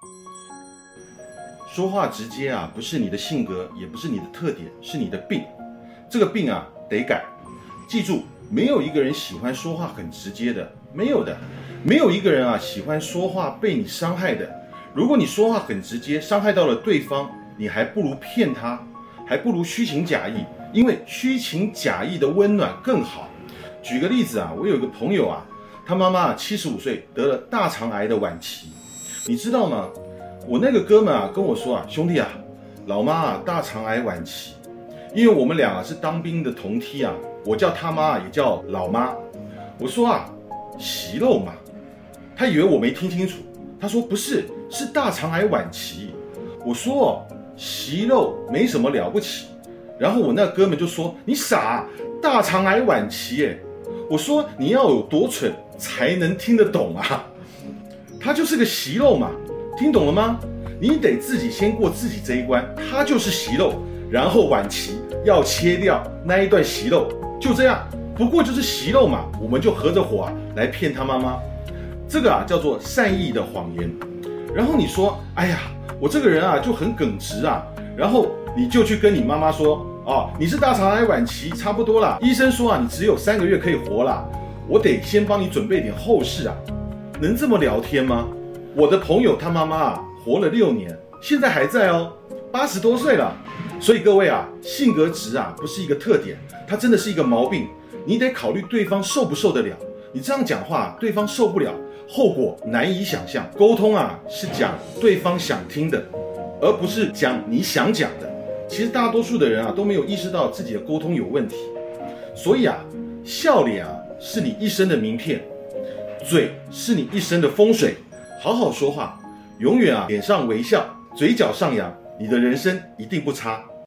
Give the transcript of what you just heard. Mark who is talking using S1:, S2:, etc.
S1: 说话直接啊，不是你的性格，也不是你的特点，是你的病。这个病啊，得改。记住，没有一个人喜欢说话很直接的，没有的。没有一个人啊喜欢说话被你伤害的。如果你说话很直接，伤害到了对方，你还不如骗他，还不如虚情假意，因为虚情假意的温暖更好。举个例子啊，我有个朋友啊，他妈妈75岁得了大肠癌的晚期，你知道吗？我那个哥们啊跟我说啊，兄弟啊，老妈啊大肠癌晚期，因为我们俩啊是当兵的同梯啊，我叫他妈也叫老妈。我说啊，息肉嘛，他以为我没听清楚，他说不是，是大肠癌晚期。我说哦，息肉没什么了不起。然后我那哥们就说你傻，大肠癌晚期耶。我说你要有多蠢才能听得懂啊？他就是个息肉嘛，听懂了吗？你得自己先过自己这一关，他就是息肉，然后晚期要切掉那一段息肉，就这样。不过就是息肉嘛，我们就合着伙啊来骗他妈妈。这个啊叫做善意的谎言。然后你说，哎呀，我这个人啊就很耿直啊，然后你就去跟你妈妈说，哦，你是大肠癌晚期，差不多啦，医生说啊你只有3个月可以活啦，我得先帮你准备点后事啊。能这么聊天吗？我的朋友他妈妈啊活了6年，现在还在哦，80多岁了。所以各位啊，性格直啊不是一个特点，它真的是一个毛病。你得考虑对方受不受得了，你这样讲话对方受不了，后果难以想象。沟通啊是讲对方想听的，而不是讲你想讲的。其实大多数的人啊都没有意识到自己的沟通有问题。所以啊，笑脸啊是你一生的名片，嘴是你一生的风水。好好说话，永远啊脸上微笑，嘴角上扬，你的人生一定不差。